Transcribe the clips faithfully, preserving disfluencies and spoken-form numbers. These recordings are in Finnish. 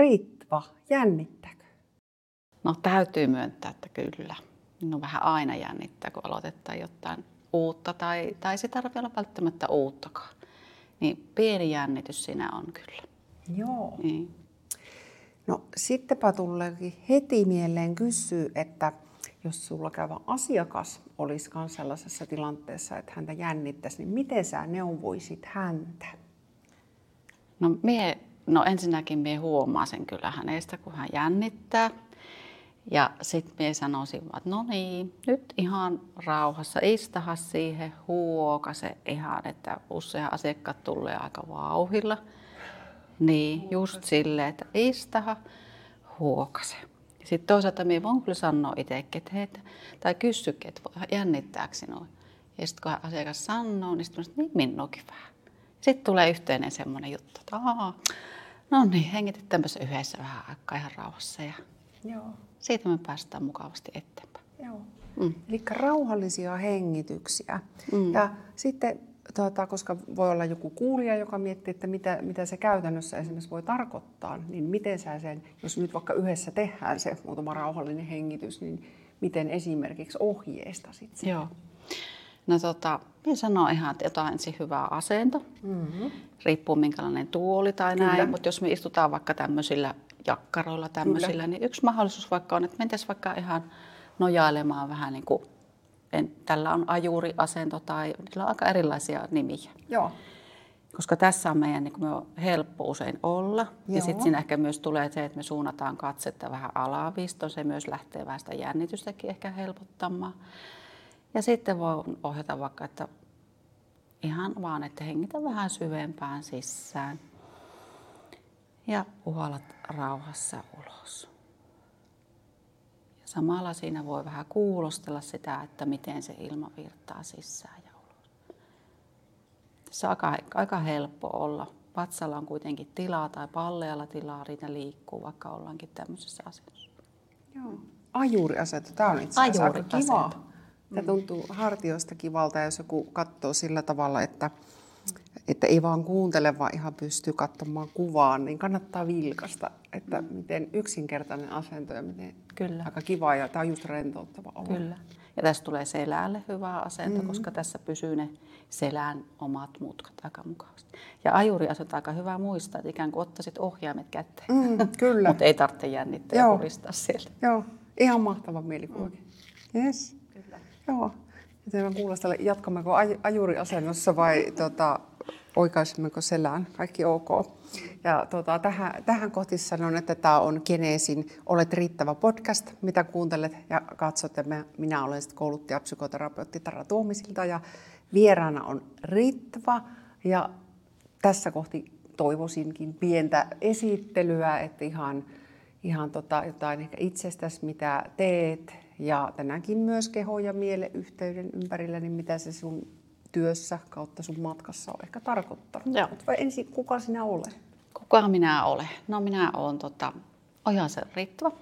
Ritva, jännittääkö? No täytyy myöntää, että kyllä. No vähän aina jännittää, kun aloitetaan jotain uutta tai, tai se tarvitse olla välttämättä uuttakaan. Niin pieni jännitys siinä on kyllä. Joo. Niin. No sittenpä tuleekin heti mieleen kysyä, että jos sulla käyvä asiakas olisi myös sellaisessa tilanteessa, että häntä jännittäisi, niin miten sä neuvoisit häntä? No, mie, no ensinnäkin mie huomaan sen kyllä hänestä, kun hän jännittää. Ja sitten mie sanoisin vaan, että no niin, nyt ihan rauhassa, istaha siihen, huokase ihan, että usein asiakkaat tulee aika vauhilla. Niin, just silleen, että istaha, huokase. Sitten toisaalta minä voin kyllä sanoa itsekin, että heitä, tai kysykin, että jännittääkö sinua. Ja sitten kun asiakas sanoo, niin sitten niin minuakin vähän. Sitten tulee yhteinen semmoinen juttu, että aah, no niin, hengitettäänpäs yhdessä vähän aikaa ihan rauhassa. Ja Joo. siitä me päästään mukavasti eteenpäin. Joo. Mm. Eli rauhallisia hengityksiä. Mm. Ja sitten, tuota, koska voi olla joku kuulija, joka miettii, että mitä, mitä se käytännössä esimerkiksi voi tarkoittaa, niin miten sä sen, jos nyt vaikka yhdessä tehdään se muutama rauhallinen hengitys, niin miten esimerkiksi ohjeistasit sen? Joo. No tota, minä sanon ihan, että jotain ensin hyvä asento. Mm-hmm. Riippuu minkälainen tuoli tai Kyllä. näin, mutta jos me istutaan vaikka tämmöisillä jakkaroilla tämmöisillä, Kyllä. niin yksi mahdollisuus vaikka on, että mentäisiin vaikka ihan nojailemaan vähän niin kuin, en, tällä on ajuriasento tai niillä on aika erilaisia nimiä. Joo. Koska tässä on meidän niin kuin me on helppo usein olla. Joo. Ja sitten siinä ehkä myös tulee se, että me suunnataan katsetta vähän alavistoon. Se myös lähtee vähän sitä jännitystäkin ehkä helpottamaan. Ja sitten voi ohjata vaikka, että ihan vaan, että hengitä vähän syvempään sisään. Ja puhallat rauhassa ulos. Ja samalla siinä voi vähän kuulostella sitä, että miten se ilma virtaa sisään ja ulos. Se on aika, aika helppo olla. Vatsalla on kuitenkin tilaa tai pallealla tilaa, riitä liikkuu, vaikka ollaankin tämmöisessä asennossa. Joo. Ajuriasento, tämä on itse asiassa aika kiva. Tämä tuntuu hartioista kivalta, jos joku katsoo sillä tavalla, että, että ei vaan kuuntele, vaan ihan pystyy katsomaan kuvaan, niin kannattaa vilkasta, että miten yksinkertainen asento ja miten Kyllä. aika kiva ja tämä on just rentouttava olo. Kyllä. Ja tässä tulee seläälle hyvä asento, mm-hmm. koska tässä pysyy ne selän omat mutkat aika mukavasti. Ja ajuriasento on aika hyvä muistaa, että ikään kuin ottaisit ohjaimet käteen. Mm, kyllä. Mutta ei tarvitse jännittää ja puristaa sieltä. Joo, ihan mahtava mielikuvakin. Mm. Yes. Kyllä. Joo. Joten kuulostella, jatkammeko aj- ajuriasennossa vai tota, oikaisemmeko selään? Kaikki ok. Ja tota, tähän, tähän kohti sanon, että tämä on Geneesin Olet riittävä podcast, mitä kuuntelet ja katsot. Ja minä olen sitten kouluttaja psykoterapeutti Tara Tuomisilta ja vieraana on Ritva. Ja tässä kohti toivoisinkin pientä esittelyä, että ihan, ihan tota, jotain ehkä itsestäsi, mitä teet. Ja tänäänkin myös keho- ja mieleyhteyden ympärillä, niin mitä se sun työssä kautta sun matkassa on ehkä tarkoittanut. Joo. Vai ensin, kuka sinä olet? Kuka minä olen? No minä olen tota, Ojasen Ritva.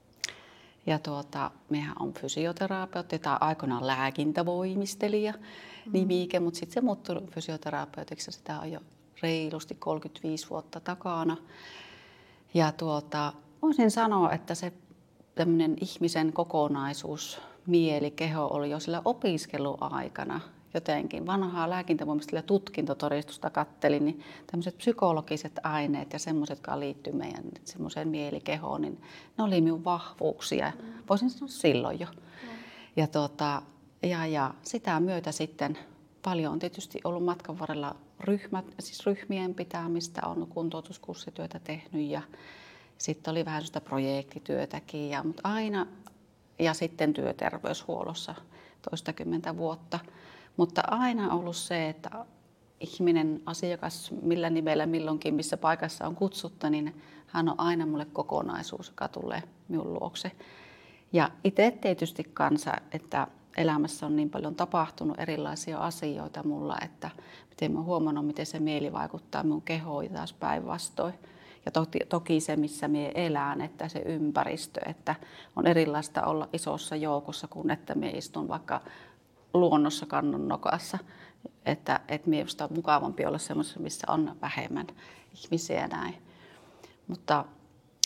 Ja tuota, mehän on fysioterapeutti tai aikoinaan lääkintävoimistelija mm. nimike, mutta sitten se muuttui fysioterapeutiksi ja sitä on jo reilusti kolmekymmentäviisi vuotta takana. Ja tuota, voisin sanoa, että se tämmöinen ihmisen kokonaisuus, mieli, keho oli jo sillä opiskeluaikana jotenkin. Vanhaa lääkintävoimistelijaa tutkintotodistusta kattelin, niin tämmöiset psykologiset aineet ja semmoiset, jotka liittyy meidän semmoiseen mielikehoon, niin ne oli minun vahvuuksia. Voisin sanoa silloin jo. Mm. Ja, tuota, ja, ja sitä myötä sitten paljon on tietysti ollut matkan varrella ryhmät, siis ryhmien pitämistä, on kuntoutuskurssityötä tehnyt ja sitten oli vähän sitä projektityötäkin, ja, mutta aina, ja sitten työterveyshuollossa toistakymmentä vuotta. Mutta aina ollut se, että ihminen, asiakas, millä nimellä milloinkin, missä paikassa on kutsuttu, niin hän on aina mulle kokonaisuus, joka tulee minun luokse. Ja itse tietysti kanssa, että elämässä on niin paljon tapahtunut erilaisia asioita mulla, että miten mä huomannut, miten se mieli vaikuttaa minun kehoon ja taas päinvastoin. Ja toki, toki se, missä minä elän, että se ympäristö, että on erilaista olla isossa joukossa kuin että minä istun vaikka luonnossa kannon nokassa. Että, että minusta on mukavampi olla semmoisessa, missä on vähemmän ihmisiä näin. Mutta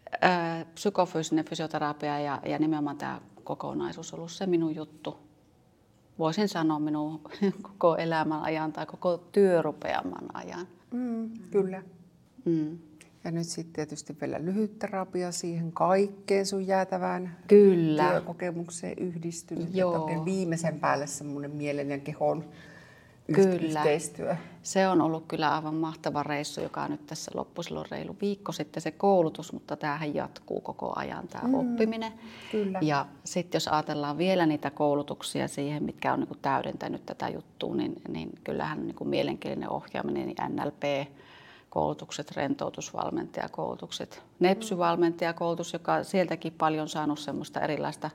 Ää, psykofyysinen fysioterapia ja, ja nimenomaan tämä kokonaisuus on ollut se minun juttu. Voisin sanoa minun koko elämän ajan tai koko työrupeaman ajan. Mm, kyllä. Mm. Ja nyt sitten tietysti vielä lyhytterapia siihen kaikkeen sun jäätävään Kyllä. työkokemukseen yhdistynyt. Joo. Että oikein viimeisen päälle semmoinen mielen ja kehon Kyllä. yhteistyö. Se on ollut kyllä aivan mahtava reissu, joka nyt tässä loppui silloin reilu viikko sitten se koulutus, mutta tämähän jatkuu koko ajan tämä mm, oppiminen. Kyllä. Ja sitten jos ajatellaan vielä niitä koulutuksia siihen, mitkä on niin kuin täydentänyt tätä juttua, niin, niin kyllähän niin kuin mielenkielinen ohjaaminen, niin N L P-koulutukset, rentoutusvalmentajakoulutukset, nepsyvalmentajakoulutus, joka sieltäkin paljon saanut semmoista erilaista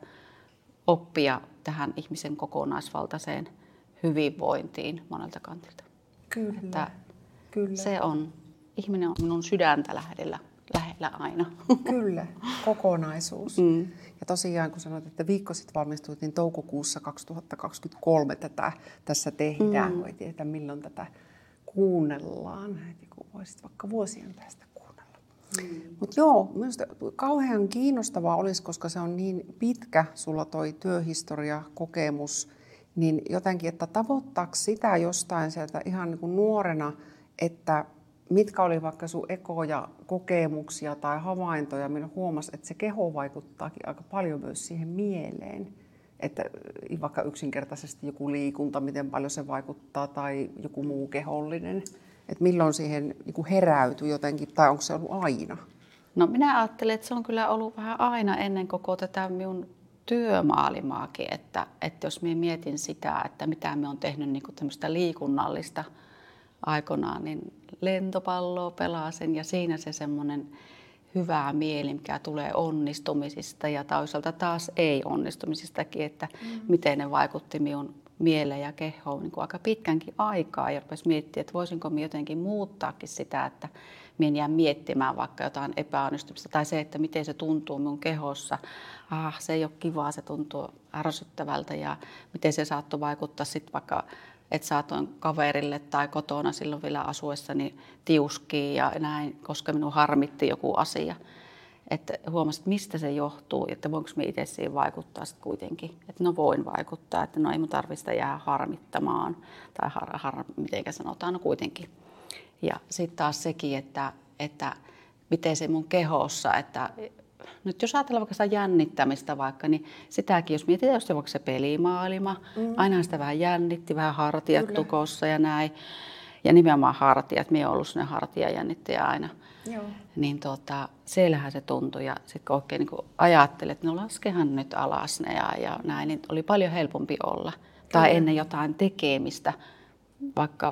oppia tähän ihmisen kokonaisvaltaiseen hyvinvointiin monelta kantilta. Kyllä. Että Kyllä. se on, ihminen on minun sydäntä lähellä, lähellä aina. Kyllä, kokonaisuus. Mm. Ja tosiaan, kun sanoit, että viikko sitten valmistuit, niin toukokuussa kaksituhattakaksikymmentäkolme tätä tässä tehdään. Mm. Voi tietää, milloin tätä kuunnellaan. Et kun voisit vaikka vuosien päästä kuunnella. Mm. Mutta joo, minusta kauhean kiinnostavaa olisi, koska se on niin pitkä sulla toi työhistoria, kokemus, niin jotenkin, että tavoittaako sitä jostain sieltä ihan niin kuin nuorena, että mitkä oli vaikka sun ekoja kokemuksia tai havaintoja, millä huomasi, että se keho vaikuttaakin aika paljon myös siihen mieleen. Että vaikka yksinkertaisesti joku liikunta, miten paljon se vaikuttaa, tai joku muu kehollinen. Että milloin siihen niin kuin heräytyi jotenkin, tai onko se ollut aina? No minä ajattelen, että se on kyllä ollut vähän aina ennen koko tätä minun työmaailmaakin, että, että jos minä mietin sitä, että mitä minä olen tehnyt niin kuin tämmöistä liikunnallista aikanaan, niin lentopalloa pelasin ja siinä se semmoinen hyvä mieli, mikä tulee onnistumisista ja toisaalta taas ei onnistumisistakin, että mm. miten ne vaikutti minun mieleen ja kehoon niin kuin aika pitkänkin aikaa ja rupesi miettimään, että voisinko minä jotenkin muuttaakin sitä, että minä en jää miettimään vaikka jotain epäonnistumista tai se, että miten se tuntuu minun kehossa. Ah, se ei ole kivaa, se tuntuu ärsyttävältä ja miten se saattoi vaikuttaa sitten vaikka, että saatoin kaverille tai kotona silloin vielä asuessani tiuskiin ja näin, koska minun harmitti joku asia. Että huomasin, että mistä se johtuu, että voinko minä itse siihen vaikuttaa sitten kuitenkin. Että no voin vaikuttaa, että no ei minun tarvitse sitä jäädä harmittamaan tai har, har, mitenkä sanotaan, no kuitenkin. Ja sitten taas sekin, että, että miten se mun kehossa, että nyt jos ajatellaan vaikka sitä jännittämistä vaikka, niin sitäkin, jos mietitään just vaikka se pelimaailma, mm. ainahan sitä vähän jännitti, vähän hartiat Kyllä. tukossa ja näin. Ja nimenomaan hartiat, minä olen ollut sellainen hartiajännittäjä aina. Joo. Niin tota, siellähän se tuntui ja sitten kun oikein niin ajattelin, että no laskehan nyt alas ne ja, ja näin, niin oli paljon helpompi olla. Kyllä. Tai ennen jotain tekemistä, vaikka,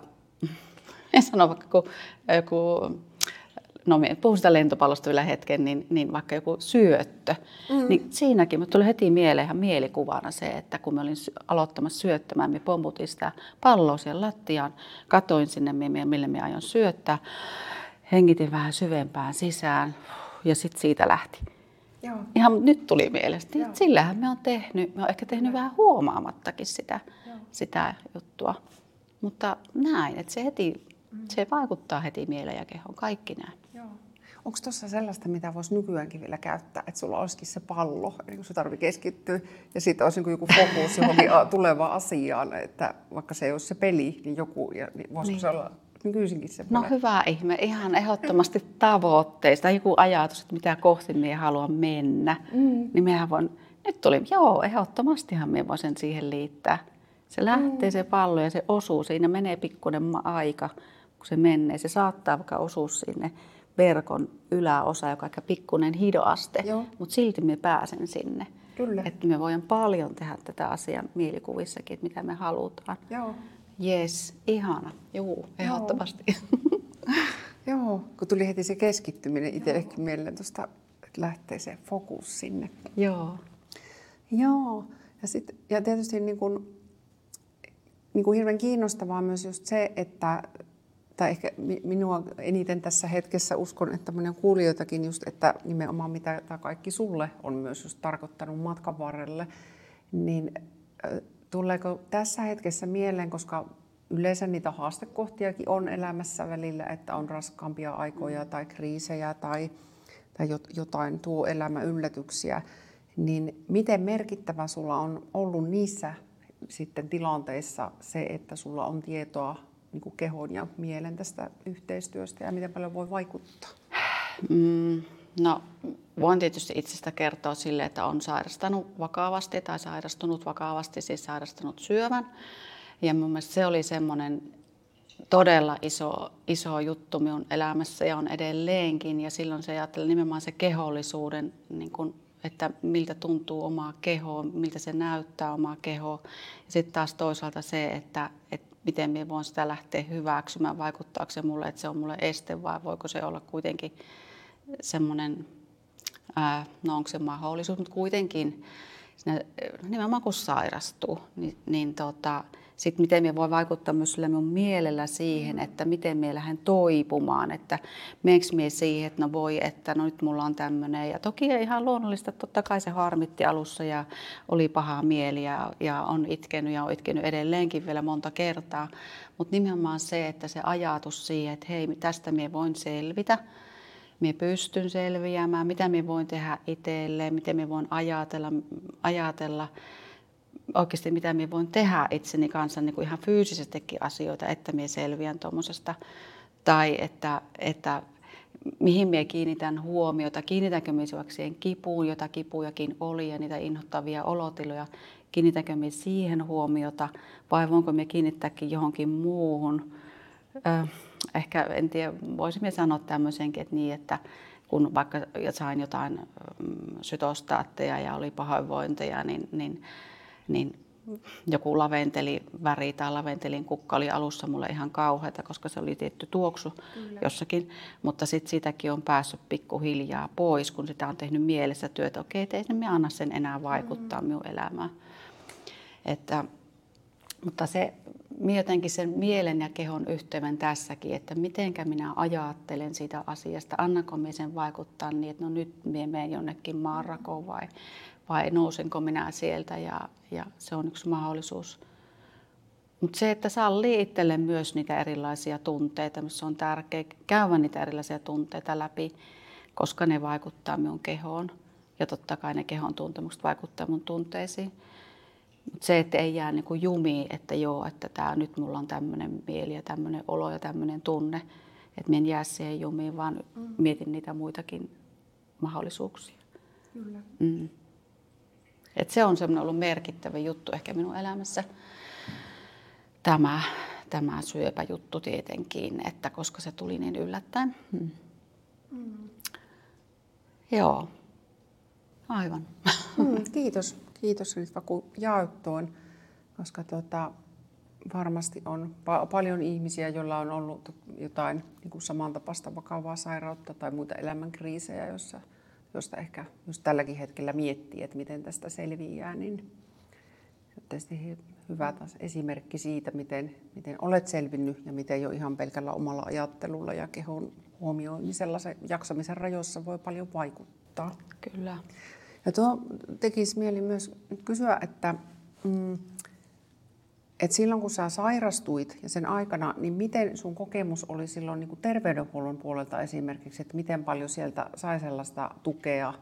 en sano vaikka kun joku, no puhun sitä lentopallosta vielä hetken, niin, niin vaikka joku syöttö, mm. niin siinäkin me tuli heti mieleen ihan mielikuvana se, että kun mä olin aloittamassa syöttämään, me pomputin sitä palloa siihen lattiaan, katoin sinne, mille me aion syöttää, hengitin vähän syvempään sisään ja sitten siitä lähti. Joo. Ihan nyt tuli mielestä. Joo. Sillähän me on tehnyt, me on ehkä tehnyt Joo. vähän huomaamattakin sitä, sitä juttua. Mutta näin, että se heti, mm. se vaikuttaa heti mieleen ja kehoon, kaikki näin. Joo. Onko tuossa sellaista, mitä voisi nykyäänkin vielä käyttää, että sulla olisikin se pallo, niin kun se tarvitsee keskittyä, ja sitten olisi joku fokus johonkin tulevaan asiaan, että vaikka se ei ole se peli, niin joku, ja niin voisiko niin. se olla nykyisinkin semmoinen? No hyvä ihme, ihan ehdottomasti tavoitteista, joku ajatus, että mitä kohti minä haluan mennä, mm. niin mehän voin, nyt tuli, joo, ehdottomastihan minä voisin siihen liittää. Se lähtee mm. se pallo ja se osuu, siinä menee pikkuinen aika, kun se menee, se saattaa vaikka osua sinne verkon yläosa, joka on aika pikkuinen hidoaste, mutta silti me pääsen sinne. Kyllä. Että me voidaan paljon tehdä tätä asiaa mielikuvissakin, että mitä me halutaan. Joo. Jes, ihana. Juu, ehdottomasti. Joo. Joo, kun tuli heti se keskittyminen itsellekin mieleen tuosta, että lähtee se fokus sinne. Joo. Joo, ja, sit, ja tietysti niin kun, niin kun hirveän kiinnostavaa myös just se, että tai ehkä minua eniten tässä hetkessä uskon, että monia kuulijoitakin just, että nimenomaan mitä tämä kaikki sulle on myös just tarkoittanut matkan varrelle, niin tuleeko tässä hetkessä mieleen, koska yleensä niitä haastekohtiakin on elämässä välillä, että on raskaampia aikoja tai kriisejä tai, ja jotain tuo elämä yllätyksiä, niin miten merkittävä sulla on ollut niissä sitten tilanteissa se, että sulla on tietoa niin kuin kehon ja mielen tästä yhteistyöstä ja miten paljon voi vaikuttaa? Mm, no, voin tietysti itsestä kertoa sille, että on sairastanut vakavasti tai sairastunut vakavasti, siis sairastanut syövän. Ja mun mielestä se oli semmoinen todella iso, iso juttu minun elämässä ja on edelleenkin. Ja silloin se ajattelee nimenomaan se kehollisuuden, niin kun, että miltä tuntuu omaa kehoa, miltä se näyttää omaa kehoa. Ja sitten taas toisaalta se, että, että miten minä voin sitä lähteä hyväksymään, vaikuttaako se mulle, että se on mulle este vai voiko se olla kuitenkin semmoinen, ää, no onko se mahdollisuus, mutta kuitenkin siinä, nimenomaan kun sairastuu, niin, niin tota, sitten miten minä voin vaikuttaa myös sillä minun mielellä siihen, että miten minä lähden toipumaan, että meneekö minä siihen, että no voi, että no nyt mulla on tämmöinen. Ja toki ihan luonnollista, totta kai se harmitti alussa ja oli paha mieli ja, ja on itkenyt ja on itkenyt edelleenkin vielä monta kertaa. Mutta nimenomaan se, että se ajatus siihen, että hei, tästä minä voin selvitä. Minä pystyn selviämään, mitä minä voin tehdä itselleen, miten minä voin ajatella, ajatella oikeasti mitä minä voin tehdä itseni kanssa niin kuin ihan fyysisestikin asioita, että minä selviän tuommoisesta. Tai että, että mihin minä kiinnitän huomiota, kiinnitänkö minä siihen kipuun, jota kipujakin oli ja niitä inhottavia olotiloja, kiinnitänkö minä siihen huomiota vai voinko minä kiinnittääkin johonkin muuhun. Äh, ehkä en tiedä, voisimme sanoa tämmöisenkin, että niin, että kun vaikka sain jotain sytostaatteja ja oli pahoinvointeja, niin, niin, niin joku laventeliväri tai laventelin kukka oli alussa mulle ihan kauheata, koska se oli tietty tuoksu Kyllä. jossakin. Mutta sitten siitäkin on päässyt pikkuhiljaa pois, kun sitä on tehnyt mielessä työtä. Okei, ei me anna sen enää vaikuttaa mm-hmm. minun elämään. Että, mutta se jotenkin sen mielen ja kehon yhteyden tässäkin, että mitenkä minä ajattelen siitä asiasta, annanko minä sen vaikuttaa niin, että no nyt minä menen jonnekin maanrakoon vai, vai nousenko minä sieltä ja, ja se on yksi mahdollisuus. Mutta se, että sallii itselle myös niitä erilaisia tunteita, se on tärkeää käydä niitä erilaisia tunteita läpi, koska ne vaikuttaa minun kehoon ja totta kai ne kehon tuntemukset vaikuttaa minun tunteisiin. Mutta se, että ei jää niinku jumiin, että joo, että tää, nyt mulla on tämmöinen mieli ja tämmöinen olo ja tämmöinen tunne, että minä en jää siihen jumiin, vaan mm. mietin niitä muitakin mahdollisuuksia. Kyllä. Mm. Et se on semmoinen ollut merkittävä juttu ehkä minun elämässä, tämä, tämä syöpäjuttu tietenkin, että koska se tuli niin yllättäen. Mm. Mm. Joo, aivan. Mm, kiitos. Kiitos Ritva, kun jaoit tuon, koska tuota, varmasti on pa- paljon ihmisiä, joilla on ollut jotain niin kuin samantapaista vakavaa sairautta tai muita elämänkriisejä, jossa, josta ehkä just tälläkin hetkellä miettii, että miten tästä selviää. Niin tietysti hyvä taas esimerkki siitä, miten, miten olet selvinnyt ja miten jo ihan pelkällä omalla ajattelulla ja kehon huomioimisella se jaksamisen rajoissa voi paljon vaikuttaa. Kyllä. Ja tuo tekisi mieli myös kysyä, että, mm, että silloin kun sä sairastuit ja sen aikana, niin miten sun kokemus oli silloin niin kuin terveydenhuollon puolelta esimerkiksi, että miten paljon sieltä sai sellaista tukea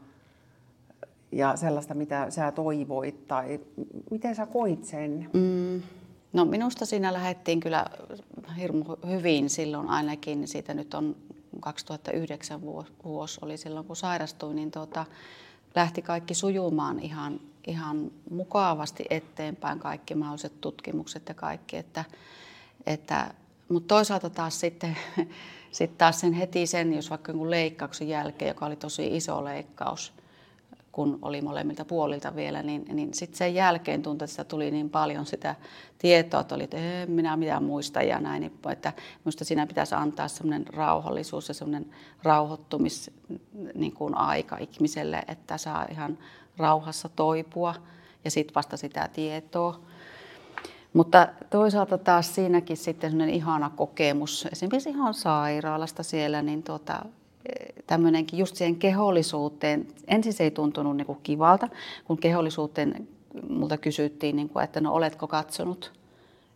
ja sellaista, mitä sä toivoit tai miten sä koit sen? Mm, no minusta siinä lähdettiin kyllä hirmu hyvin silloin ainakin, siitä nyt on kaksituhattayhdeksän vuosi oli silloin kun sairastuin, niin tuota, lähti kaikki sujumaan ihan, ihan mukavasti eteenpäin, kaikki mahdolliset tutkimukset ja kaikki. Että, että, mutta toisaalta taas sitten, sitten taas sen heti sen, jos vaikka leikkauksen jälkeen, joka oli tosi iso leikkaus, kun oli molemmilta puolilta vielä, niin, niin sitten sen jälkeen tuntui, että sitä tuli niin paljon sitä tietoa, että oli, että en minä mitään muista ja näin. Että minusta siinä pitäisi antaa semmoinen rauhallisuus ja semmoinen rauhoittumis niin kuin aika ihmiselle, että saa ihan rauhassa toipua ja sitten vasta sitä tietoa. Mutta toisaalta taas siinäkin sitten semmoinen ihana kokemus, esimerkiksi ihan sairaalasta siellä, niin tuota, tämmöinenkin just siihen kehollisuuteen, ensin se ei tuntunut niin kuin kivalta, kun kehollisuuteen multa kysyttiin, niin kuin, että no oletko katsonut,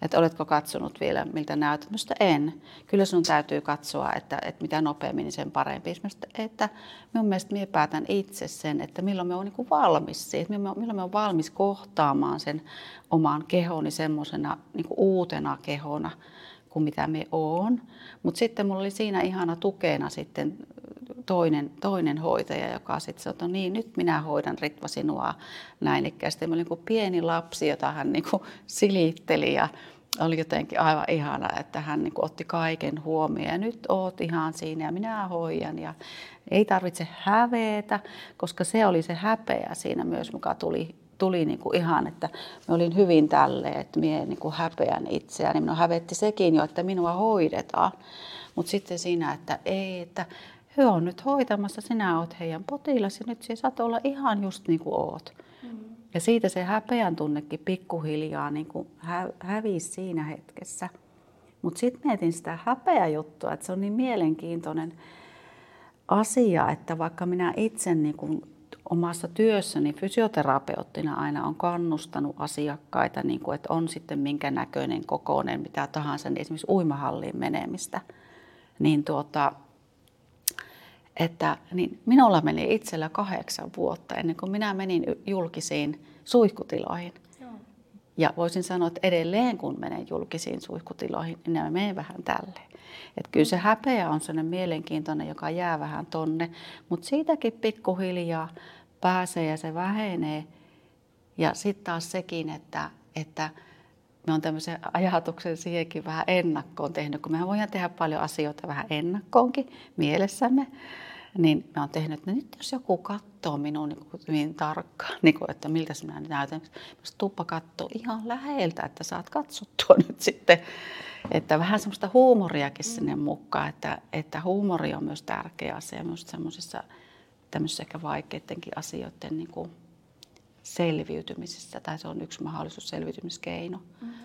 että oletko katsonut vielä, miltä näytät. Minusta en. Kyllä sinun täytyy katsoa, että, että mitä nopeammin, niin sen parempi. Minusta, että minun mielestä minä päätän itse sen, että milloin me on niin kuin valmis siitä, milloin me on valmis kohtaamaan sen oman kehoni semmoisena niin kuin uutena kehona, kuin mitä me oon. Mutta sitten mulla oli siinä ihana tukena sitten toinen, toinen hoitaja, joka sitten sanoi, että niin, nyt minä hoidan Ritva sinua näin ikään. Mä olin kuin pieni lapsi, jota hän niin kuin silitteli ja oli jotenkin aivan ihana, että hän niin kuin otti kaiken huomioon. Ja nyt oot ihan siinä ja minä hoidan ja ei tarvitse hävetä, koska se oli se häpeä siinä myös, mikä tuli tuli niin kuin ihan, että mä olin hyvin tälleen, että minä niin kuin häpeän itseäni. Minua hävetti sekin jo, että minua hoidetaan. Mutta sitten siinä, että ei, että he on nyt hoitamassa, sinä oot heidän potilas ja nyt sinä saat olla ihan just niin kuin oot. Mm. Ja siitä se häpeän tunnekin pikkuhiljaa niin kuin hä- hävisi siinä hetkessä. Mutta sitten mietin sitä häpeäjuttua, että se on niin mielenkiintoinen asia, että vaikka minä itse niin kuin omassa työssäni fysioterapeuttina aina on kannustanut asiakkaita, niin kuin, että on sitten minkä näköinen, kokoinen, mitä tahansa, niin esimerkiksi uimahalliin menemistä. Niin tuota, että, niin minulla meni itsellä kahdeksan vuotta ennen kuin minä menin julkisiin suihkutiloihin. Joo. Ja voisin sanoa, että edelleen kun menen julkisiin suihkutiloihin, niin minä menen vähän tälleen. Että kyllä se häpeä on sellainen mielenkiintoinen, joka jää vähän tonne, mutta siitäkin pikkuhiljaa pääsee ja se vähenee. Ja sitten taas sekin, että, että me on tämmöisen ajatuksen siihenkin vähän ennakkoon tehnyt, kun mehän voidaan tehdä paljon asioita vähän ennakkoonkin mielessämme. Niin mä oon tehnyt, että nyt jos joku katsoo minua niin hyvin tarkkaan, niin kuin, että miltä minä näytän, tuppa katsoo ihan läheltä, että saat katsottua nyt sitten. Että vähän semmoista huumoriakin sinne mukaan, että, että huumori on myös tärkeä asia myös semmoisissa tämmöisissä ehkä vaikeidenkin asioiden niin kuin selviytymisessä, tai se on yksi mahdollisuus selviytymiskeino. Mm-hmm.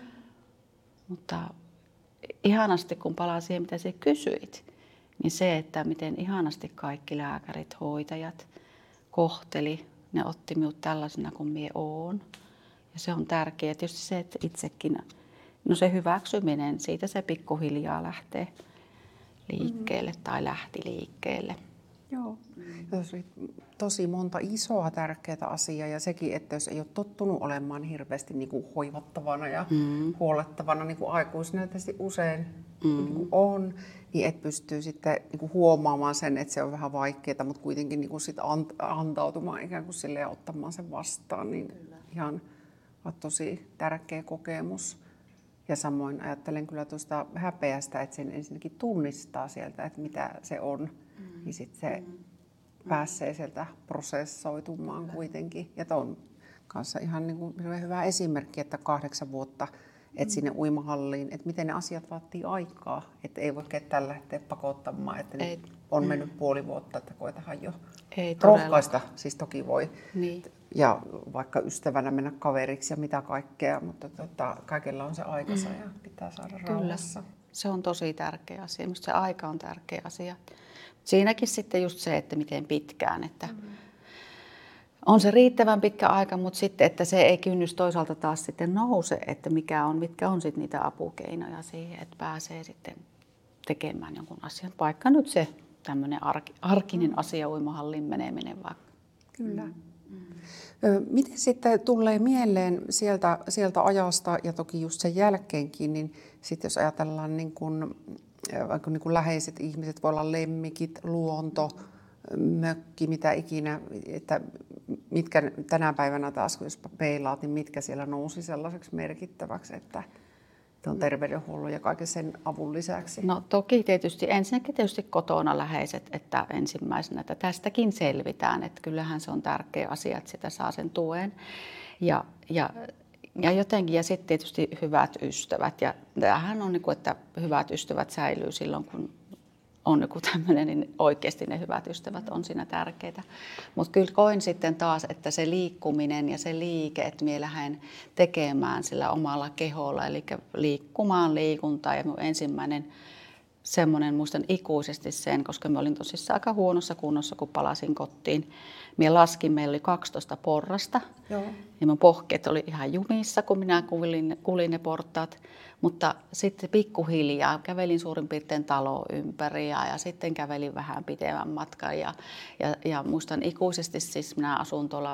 Mutta ihanasti, kun palaan siihen, mitä sinä kysyit, niin se, että miten ihanasti kaikki lääkärit, hoitajat kohteli, ne otti minut tällaisena kuin minä oon. Ja se on tärkeää. Tietysti se, että itsekin, no se hyväksyminen, siitä se pikkuhiljaa lähtee liikkeelle mm-hmm. tai lähti liikkeelle. Joo. Mm. Tosi monta isoa tärkeää asiaa ja sekin, että jos ei ole tottunut olemaan hirveästi niin kuin hoivattavana ja mm. huolettavana niin kuin aikuisena tietysti usein mm. niin kuin on, niin et pystyy sitten niin kuin huomaamaan sen, että se on vähän vaikeaa, mutta kuitenkin niin kuin sit antautumaan ikään kuin silleen ja ottamaan sen vastaan, niin kyllä. Ihan tosi tärkeä kokemus. Ja samoin ajattelen kyllä tuosta häpeästä, että sen ensinnäkin tunnistaa sieltä, että mitä se on, mm. niin sitten se mm. pääsee sieltä prosessoitumaan kyllä. kuitenkin. Ja tuo on kanssa ihan niin kuin hyvä esimerkki, että kahdeksan vuotta et sinne uimahalliin, että miten ne asiat vaatii aikaa, että ei voi ketään lähteä pakottamaan, että ei. On mennyt puoli vuotta, että koetahan jo ei rohkaista, siis toki voi. Niin. Ja vaikka ystävänä mennä kaveriksi ja mitä kaikkea, mutta tota, kaikella on se aikansa mm. ja pitää saada rauhassa. Kyllä. Se on tosi tärkeä asia. Minusta se aika on tärkeä asia. Siinäkin sitten just se, että miten pitkään. Että mm. on se riittävän pitkä aika, mutta sitten, että se ei kynnys toisaalta taas sitten nouse, että mikä on, mitkä on sitten niitä apukeinoja siihen, että pääsee sitten tekemään jonkun asian. Vaikka nyt se tämmöinen arki, arkinen asia, uimahalliin meneminen vaikka. Kyllä. Mm. Miten sitten tulee mieleen sieltä, sieltä ajasta ja toki just sen jälkeenkin, niin sitten jos ajatellaan niin kuin, vaikka niin kuin läheiset ihmiset, voi olla lemmikit, luonto, mökki, mitä ikinä, että mitkä tänä päivänä taas, jos peilaat, niin mitkä siellä nousi sellaiseksi merkittäväksi, että on terveydenhuollon ja kaiken sen avun lisäksi? No toki tietysti, ensinnäkin tietysti kotona läheiset, että ensimmäisenä, että tästäkin selvitään, että kyllähän se on tärkeä asia, että sitä saa sen tuen. Ja, ja, ja jotenkin, ja sitten tietysti hyvät ystävät, ja tämähän on niin kuin, että hyvät ystävät säilyy silloin, kun on joku tämmöinen, niin oikeasti ne hyvät ystävät on siinä tärkeitä. Mutta kyllä koin sitten taas, että se liikkuminen ja se liike, että minä lähden tekemään sillä omalla keholla, eli liikkumaan liikuntaa. Ja minun ensimmäinen semmoinen, muistan ikuisesti sen, koska mä olin tosissaan aika huonossa kunnossa, kun palasin kotiin. Minä laskin, meillä oli kaksitoista porrasta. Joo. Ja mun pohkeet oli ihan jumissa, kun minä kulin, kulin ne portaat. Mutta sitten pikkuhiljaa kävelin suurin piirtein taloa ympäri ja, ja sitten kävelin vähän pitemmän matkan. Ja, ja, ja muistan ikuisesti, siis minä asun tuolla,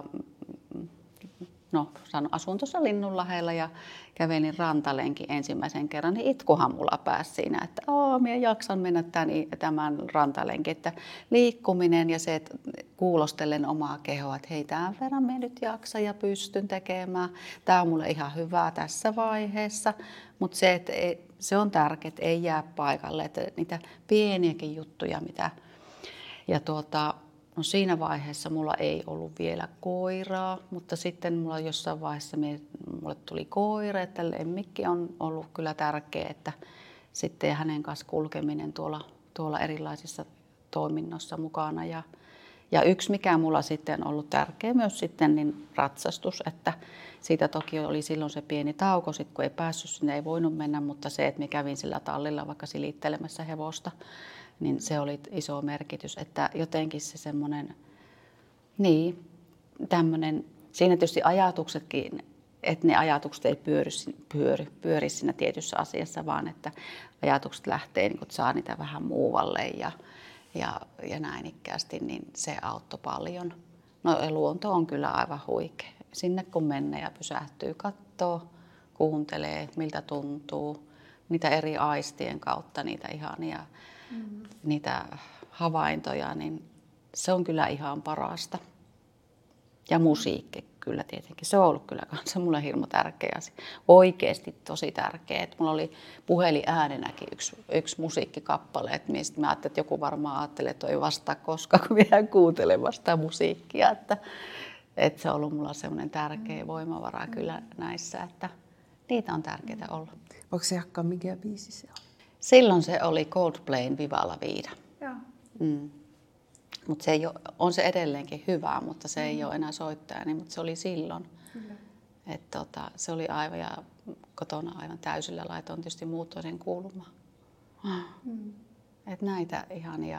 no asun tuossa Linnunlahdella ja kävelin rantalenkin ensimmäisen kerran, niin itkuhan mulla pääsi siinä, että oo, minä jaksan mennä tämän, tämän rantalenkin, että liikkuminen ja se, että kuulostelen omaa kehoa, että hei, tämän verran minä nyt jaksan ja pystyn tekemään, tämä on mulle ihan hyvää tässä vaiheessa, mutta se, että ei, se on tärkeää, että ei jää paikalle, että niitä pieniäkin juttuja, mitä, ja tuota, no siinä vaiheessa mulla ei ollut vielä koiraa, mutta sitten mulla jossain vaiheessa mulle tuli koira, että lemmikki on ollut kyllä tärkeä, että sitten hänen kanssa kulkeminen tuolla, tuolla erilaisissa toiminnoissa mukana. Ja, ja yksi, mikä mulla sitten on ollut tärkeä myös sitten, niin ratsastus, että siitä toki oli silloin se pieni tauko, sit kun ei päässyt sinne, ei voinut mennä, mutta se, että mä kävin sillä tallilla vaikka silittelemässä hevosta, niin se oli iso merkitys, että jotenkin se semmoinen, niin, tämmöinen, siinä tietysti ajatuksetkin, että ne ajatukset ei pyöri, pyöri, pyöri siinä tietyssä asiassa, vaan että ajatukset lähtee, niin kun saa niitä vähän muualle ja, ja, ja näin ikkäästi, niin se auttoi paljon. No luonto on kyllä aivan huikea. Sinne kun menee ja pysähtyy, katsoo, kuuntelee, miltä tuntuu, niitä eri aistien kautta, niitä ihania Mm-hmm. niitä havaintoja, niin se on kyllä ihan parasta. Ja musiikki kyllä tietenkin. Se on ollut kyllä kanssa mulle hirmu tärkeä asia. Oikeasti tosi tärkeä. Että mulla oli puhelin äänenäkin yksi, yksi musiikkikappale. Että mistä mä ajattelin, että joku varmaan ajattelee, että ei vastaa koskaan, kun minä kuuntelen vasta musiikkia. Että, että se on ollut mulla semmoinen tärkeä voimavara kyllä näissä, että niitä on tärkeää olla. Voiko se jakkaa, mikä biisi se on? Silloin se oli Coldplayn Viva la Vida. Mm. Mut se ei ole, on se edelleenkin hyvä, mutta se mm. ei ole enää soittajani, mutta se oli silloin. Et tota, se oli aivan ja kotona aivan täysillä laitoin tietysti muuttoisen kuulumaan. Mm. Et näitä ihania,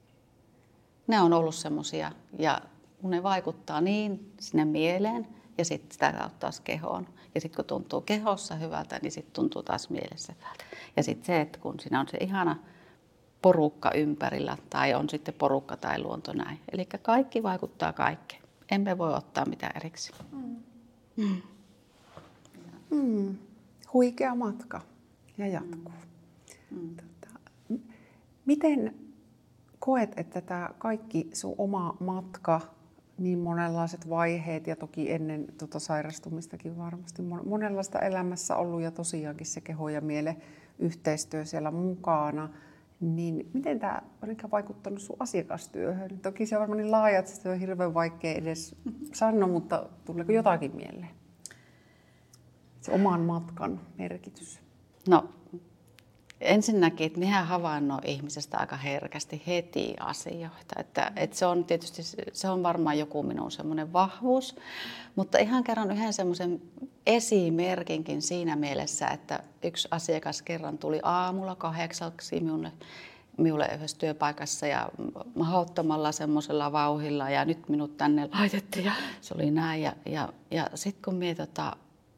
ne on ollut semmosia ja ne vaikuttaa niin sinne mieleen ja sitten sitä kautta taas kehoon. Ja sitten kun tuntuu kehossa hyvältä, niin sitten tuntuu taas mielessä hyvältä. Ja sitten se, että kun siinä on se ihana porukka ympärillä, tai on sitten porukka tai luonto näin. Eli kaikki vaikuttaa kaikkeen. Emme voi ottaa mitään erikseen. Mm. Mm. Mm. Huikea matka ja jatkuu. Mm. Tota, miten koet, että tämä kaikki sun oma matka, niin monenlaiset vaiheet ja toki ennen tuota sairastumistakin varmasti monenlaista elämässä ollut ja tosiaankin se keho ja mielen yhteistyö siellä mukana, niin miten tämä on vaikuttanut sun asiakastyöhön? Toki se on varmaan niin laaja, että se on hirveän vaikea edes sanoa, mutta tuleeko jotakin mieleen? Se oman matkan merkitys. No ensinnäkin, että minä havainnoin ihmisestä aika herkästi heti asioita. Että, että se on tietysti, se on varmaan joku minun semmoinen vahvuus, mutta ihan kerran yhden semmoisen esimerkinkin siinä mielessä, että yksi asiakas kerran tuli aamulla kahdeksaksi minulle, minulle yhdessä työpaikassa ja mahdottomalla semmoisella vauhdilla ja nyt minut tänne laitettiin ja se oli näin. Ja, ja, ja sitten kun minä tota,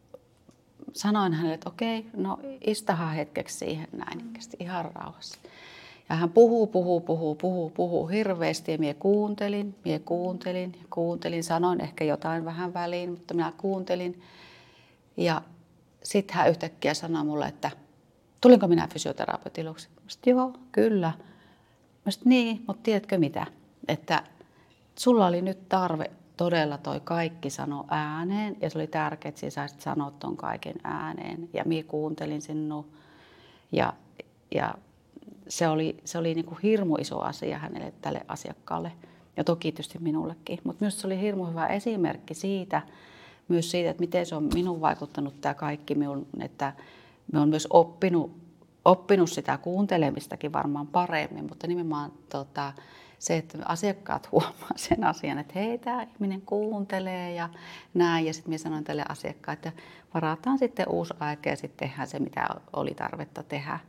sanoin hänelle, että okei, no istahan hetkeksi siihen näin, ihan rauhassa. Ja hän puhuu, puhuu, puhuu, puhuu, puhuu hirveästi ja minä kuuntelin, minä kuuntelin ja kuuntelin. Sanoin ehkä jotain vähän väliin, mutta minä kuuntelin. Ja sitten hän yhtäkkiä sanoi mulle, että tulinko minä fysioterapeutiluksi? Mä sanoin, joo, kyllä. Mä sanoin, niin, mutta tiedätkö mitä? Että sulla oli nyt tarve todella toi kaikki sano ääneen ja se oli tärkeää, että sinä saisit sanoa ton kaiken ääneen. Ja minä kuuntelin sinua ja, ja se oli, se oli niin kuin hirmu iso asia hänelle, tälle asiakkaalle ja toki tietysti minullekin. Mutta myös se oli hirmu hyvä esimerkki siitä, myös siitä, että miten se on minun vaikuttanut tämä kaikki, minun, että minä olen myös oppinut, oppinut sitä kuuntelemistakin varmaan paremmin, mutta nimenomaan tota, se, että asiakkaat huomaa sen asian, että hei, tämä ihminen kuuntelee ja näin. Ja sitten minä sanoin tälle asiakkaalle, että varataan sitten uusi aika ja sitten tehdään se, mitä oli tarvetta tehdä.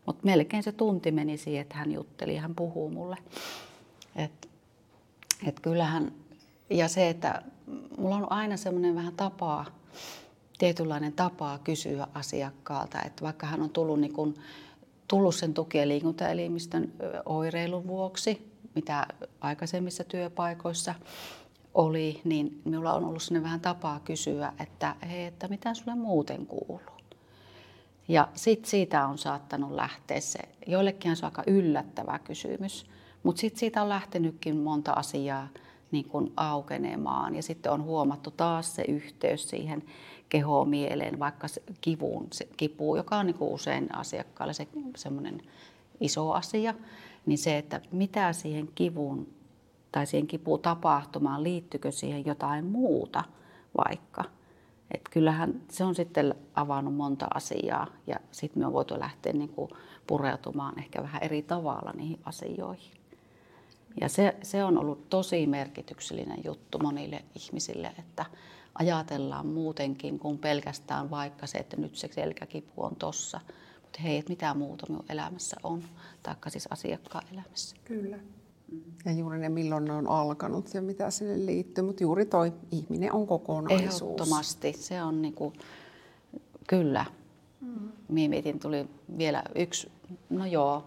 Mutta melkein se tunti meni siihen, että hän jutteli ja hän puhuu mulle. Et, et kyllähän, ja se, että mulla on aina semmoinen vähän tapaa, tietynlainen tapaa kysyä asiakkaalta, että vaikka hän on tullut, niin kun, tullut sen tuki- ja liikuntaelimistön oireilun vuoksi, mitä aikaisemmissa työpaikoissa oli, niin minulla on ollut sinne vähän tapaa kysyä, että hei, että mitä sulle muuten kuuluu? Ja sitten siitä on saattanut lähteä se, joillekin se on aika yllättävä kysymys, mutta sitten siitä on lähtenytkin monta asiaa niin kuin aukenemaan ja sitten on huomattu taas se yhteys siihen kehoon, mieleen, vaikka se kivuun, se kipu, joka on niin kuin usein asiakkaalle se, semmoinen iso asia, niin se, että mitä siihen kivuun tai siihen kiputapahtumaan, liittyykö siihen jotain muuta vaikka. Et kyllähän se on sitten avannut monta asiaa ja sitten me on voitu lähteä niin kuin pureutumaan ehkä vähän eri tavalla niihin asioihin. Ja se, se on ollut tosi merkityksellinen juttu monille ihmisille, että ajatellaan muutenkin kuin pelkästään vaikka se, että nyt se selkäkipu on tossa. Mutta hei, että mitä muuta minun elämässä on, taikka siis asiakkaan elämässä. Kyllä. Ja juuri ne, milloin ne on alkanut ja mitä sinne liittyy, mutta juuri toi ihminen on kokonaisuus. Ehdottomasti, se on niinku, kyllä. Mm. Minä mietin, tuli vielä yksi, no joo,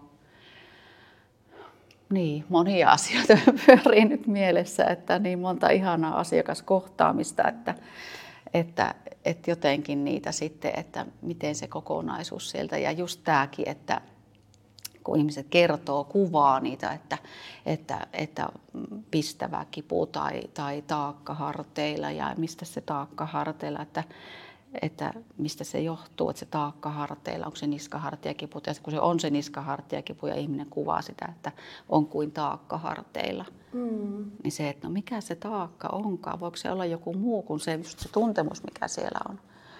niin monia asioita pyörii nyt mielessä, että niin monta ihanaa asiakaskohtaamista, että, että, että jotenkin niitä sitten, että miten se kokonaisuus sieltä ja just tämäkin, että kun ihmiset kertoo, kuvaa niitä, että, että, että pistävä kipu tai, tai taakka harteilla ja mistä se taakka harteilla, että, että mistä se johtuu, että se taakka harteilla, onko se niskahartiakipu, ja kun se on se niskahartiakipu ja ihminen kuvaa sitä, että on kuin taakka harteilla, mm. niin se, että no mikä se taakka onkaan, voiko se olla joku muu kuin se, just se tuntemus, mikä siellä on.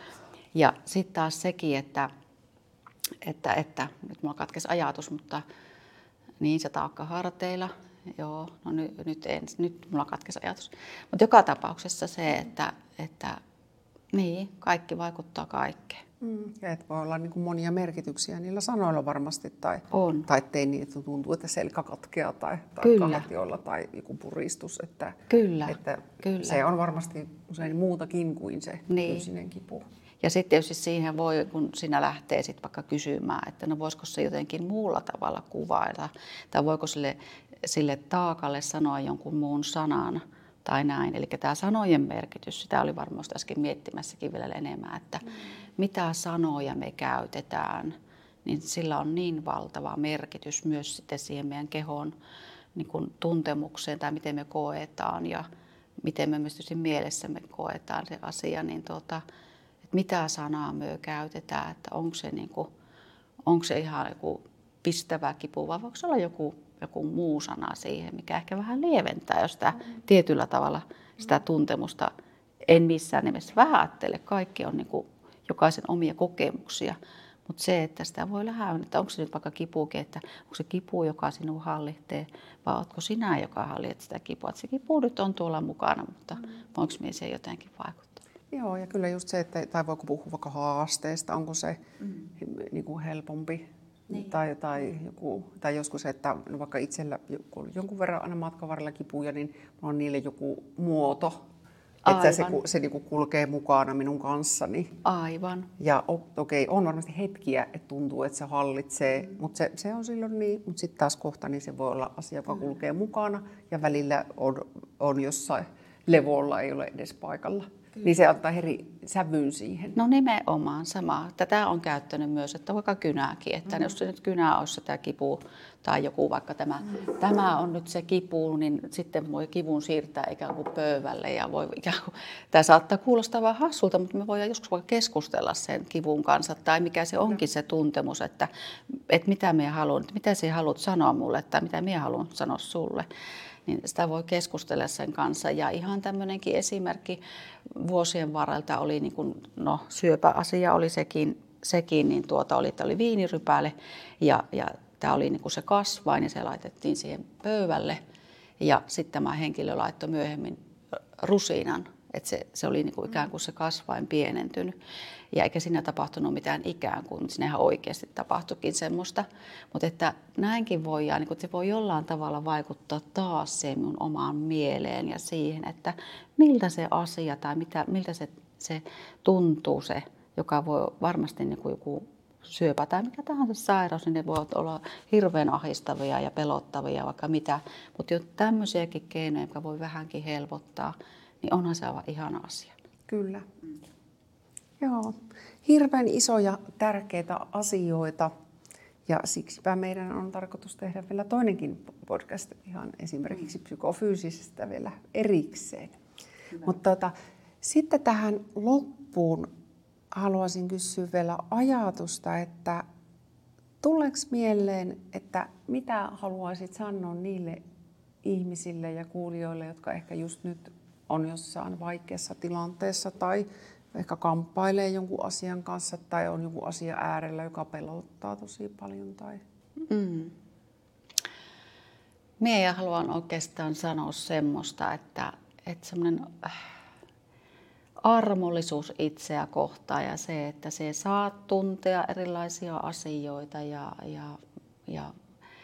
Ja sitten taas sekin, että Että, että nyt mulla katkesi ajatus, mutta niin se taakka harteilla, joo, no nyt, nyt, en, nyt mulla katkesi ajatus. Mutta joka tapauksessa se, että, että niin, kaikki vaikuttaa kaikkeen. Mm. Ja että voi olla niin kuin monia merkityksiä niillä sanoilla varmasti, tai, on. tai ettei niin, että tuntuu, että selkä katkeaa tai, tai kahtiolla tai joku puristus. Että, Kyllä. että Kyllä. Se on varmasti usein muutakin kuin se niin. fyysinen kipu. Ja sitten tietysti siihen voi, kun sinä lähtee sit vaikka kysymään, että no voisiko se jotenkin muulla tavalla kuvailla, tai voiko sille, sille taakalle sanoa jonkun muun sanan tai näin. Eli tämä sanojen merkitys, sitä oli varmaan äsken miettimässäkin vielä enemmän, että mm. mitä sanoja me käytetään, niin sillä on niin valtava merkitys myös sitten siihen meidän kehon niin kuin tuntemukseen tai miten me koetaan ja miten me myös mielessämme koetaan se asia, niin tuota, mitä sanaa me käytetään, että onko se, niin kuin, onko se ihan joku pistävä kipu vai voiko se olla joku, joku muu sana siihen, mikä ehkä vähän lieventää, jos sitä mm. tietyllä tavalla sitä tuntemusta en missään nimessä vähättele. Kaikki on niin kuin jokaisen omia kokemuksia, mutta se, että sitä voi lähdä, että onko se nyt vaikka kipukin, että onko se kipu, joka sinun hallitsee, vai oletko sinä, joka hallitsee sitä kipua. Että se kipu nyt on tuolla mukana, mutta mm. voinko minä siihen jotenkin vaikuttaa? Joo, ja kyllä just se, että tai voiko puhua vaikka haasteesta, onko se mm. niin kuin helpompi, niin. tai, tai, joku, tai joskus se, että no vaikka itsellä jonkun verran aina matkan varrella kipuja, niin on niille joku muoto, Aivan. että se, se niin kuin kulkee mukana minun kanssani. Aivan. Ja okei, okay, on varmasti hetkiä, että tuntuu, että se hallitsee, mm. mutta se, se on silloin niin, mutta sitten taas kohta niin se voi olla asia, joka kulkee mukana, ja välillä on, on jossain levolla, ei ole edes paikalla. Kyllä. Niin se antaa eri sävyn siihen. No nimenomaan sama. Tätä on käyttänyt myös, että vaikka kynääkin. Että mm. jos se nyt kynä olisi sitä kipu tai joku vaikka tämä, mm. tämä on nyt se kipu, niin sitten voi kivun siirtää ikään kuin pöydälle. Ja voi ikään kuin, tämä saattaa kuulostaa vähän hassulta, mutta me voidaan joskus vaikka keskustella sen kivun kanssa. Tai mikä se onkin se tuntemus, että, että mitä minä haluan, mitä sinä haluat sanoa mulle tai mitä minä haluan sanoa sulle. Niin sitä voi keskustella sen kanssa. Ja ihan tämmöinenkin esimerkki vuosien varrelta oli, niin kuin, no syöpäasia oli sekin, sekin niin tuota oli, että oli viinirypäle ja, ja tämä oli niin kuin se kasvain ja se laitettiin siihen pöydälle. Ja sitten tämä henkilö laittoi myöhemmin rusinan Että se, se oli niin kuin ikään kuin se kasvain pienentynyt. Ja eikä siinä tapahtunut mitään ikään kuin, siinä ihan oikeasti tapahtuikin semmoista. Mutta että näinkin voi, ja niin kuin, se voi jollain tavalla vaikuttaa taas siihen minun omaan mieleen ja siihen, että miltä se asia tai mitä, miltä se, se tuntuu se, joka voi varmasti niin kuin joku syöpä tai mikä tahansa sairaus, niin ne voivat olla hirveän ahdistavia ja pelottavia, vaikka mitä. Mutta jo tämmöisiäkin keinoja, jotka voi vähänkin helpottaa, niin onhan se aivan ihana asia. Kyllä. Mm. Joo, hirveän isoja tärkeitä asioita ja siksipä meidän on tarkoitus tehdä vielä toinenkin podcast ihan esimerkiksi psykofyysisestä vielä erikseen. Mutta tota, sitten tähän loppuun haluaisin kysyä vielä ajatusta, että tuleeko mieleen, että mitä haluaisit sanoa niille ihmisille ja kuulijoille, jotka ehkä just nyt on jossain vaikeassa tilanteessa tai ehkä kamppailee jonkun asian kanssa tai on joku asia äärellä, joka pelottaa tosi paljon. Tai... Mm. Mie haluan oikeastaan sanoa semmoista, että, että semmoinen armollisuus itseä kohtaan ja se, että se saa tuntea erilaisia asioita ja, ja, ja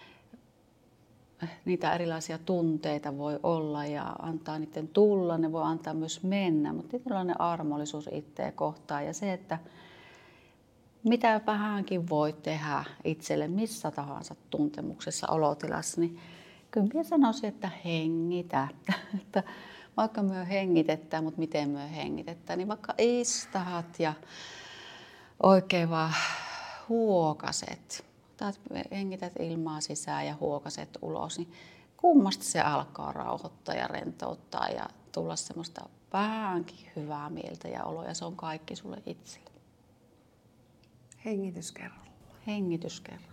niitä erilaisia tunteita voi olla ja antaa niiden tulla, ne voi antaa myös mennä, mutta tietynlainen armollisuus itseä kohtaan ja se, että mitä vähänkin voi tehdä itselle missä tahansa tuntemuksessa, olotilassa, niin kyllä minä sanoisin, että hengitä. Että vaikka myö hengitetään, mutta miten myö hengitetään, niin vaikka istahat ja oikein vaan huokaset. Taat hengität ilmaa sisään ja huokaset ulos, niin kummasti se alkaa rauhoittaa ja rentouttaa ja tulla semmoista vähänkin hyvää mieltä ja oloa, ja se on kaikki sulle itselle. Hengitys kerralla. Hengitys kerralla.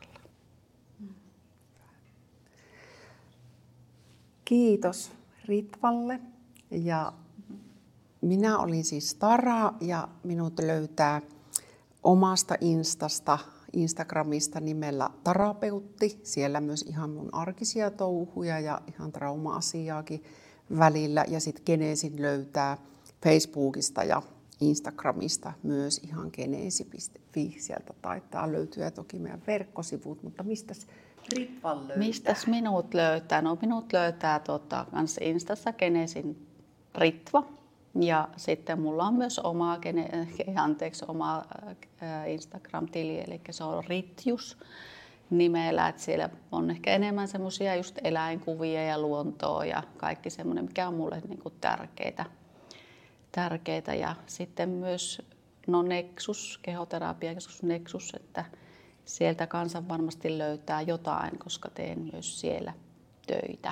Kiitos Ritvalle. Ja minä olin siis Tara ja minut löytää omasta Instasta, Instagramista nimellä Tarapeutti. Siellä myös ihan mun arkisia touhuja ja ihan trauma-asiaakin välillä. Ja sitten Geneesin löytää Facebookista ja Instagramista myös ihan geneesi piste fi. Sieltä taitaa löytyä toki meidän verkkosivut, mutta mistäs Ritvan löytää? Mistäs minut löytää? No minut löytää tuota, kans Instassa Geneesin Ritva. Ja sitten mulla on myös oma, anteeksi, oma Instagram-tili, eli se on Ritjus nimellä. Että siellä on ehkä enemmän semmoisia just eläinkuvia ja luontoa ja kaikki semmoinen, mikä on mulle niinku tärkeitä. tärkeitä. Ja sitten myös no Nexus, kehoterapiakeskus Nexus, että sieltä kansan varmasti löytää jotain, koska teen myös siellä töitä.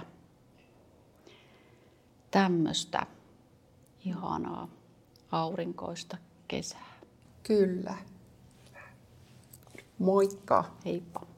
Tämmöistä ihanaa aurinkoista kesää. Kyllä. Moikka. Heippa.